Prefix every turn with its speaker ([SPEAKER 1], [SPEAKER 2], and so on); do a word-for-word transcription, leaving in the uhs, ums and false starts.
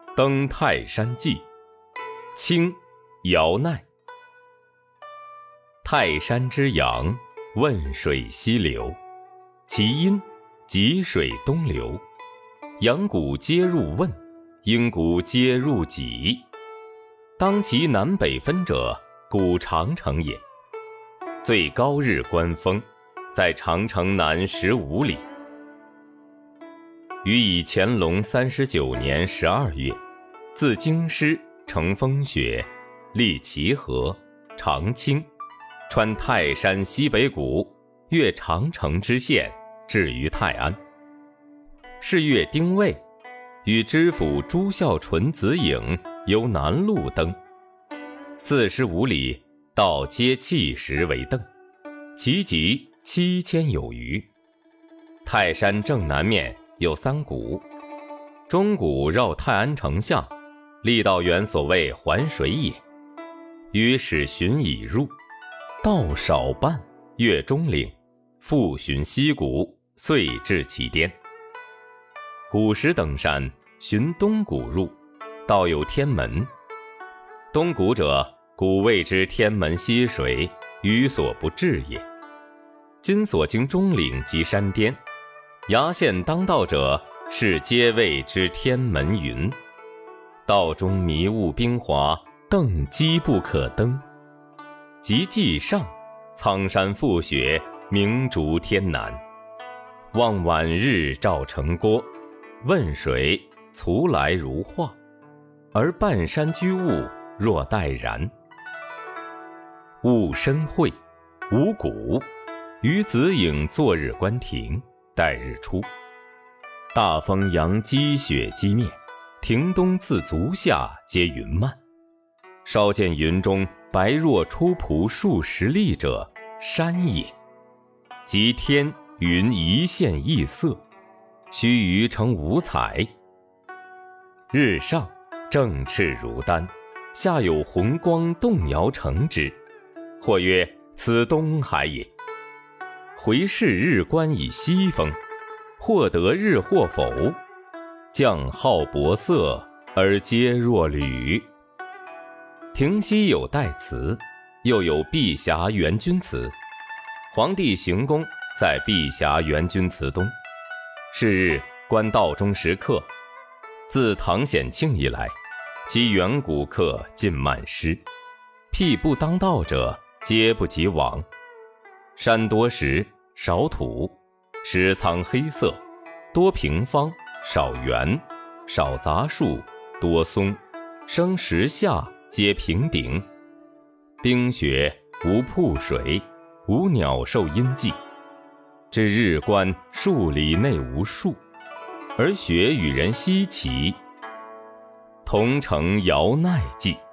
[SPEAKER 1] 登泰山记，清，姚鼐。泰山之阳，汶水西流，其阴，济水东流。阳谷皆入汶，阴谷皆入济。当其南北分者，故长城也。最高日观峰，在长城南十五里。予以乾隆三十九年十二月，自京师乘风雪，历齐河、长清，穿泰山西北谷，越长城之线，至于泰安。是月丁未，与知府朱孝纯子颖由南路登，四十五里，到皆砌石为凳，其级七千有余。泰山正南面有三谷，中谷绕泰安城巷，郦道元所谓环水也。于使巡已入，道少半，越中岭，复循西谷，遂至其巅。古时登山，循东谷入，道有天门。东谷者，古谓之天门溪水，予所不至也。今所经中岭及山巅，崖线当道者，是皆谓之天门云。道中迷雾冰华，登基不可登。及霁上，苍山覆雪，明烛天南。望晚日照城郭，汶水卒来如画，而半山居雾，若待然。雾深晦，无谷。于子颖坐日观庭，待日出。大风扬积雪积面，庭东自足下皆云漫。稍见云中白若出蒲数十里者，山也。即天云一线异色，须臾成五彩。日上正赤如丹，下有红光动摇成之，或曰此东海也。回视日观以西风，或得日或否。降号薄色，而皆若履。庭西有代祠，又有碧霞元君祠。皇帝行宫在碧霞元君祠东。是日观道中石刻，自唐显庆以来，其远古刻尽漫失，辟不当道者，皆不及往。山多石，少土，石苍黑色，多平方，少圆，少杂树，多松，生石下皆平顶。冰雪无瀑水，无鸟兽阴迹。至日观数里内无树，而雪与人稀奇。同城姚鼐记。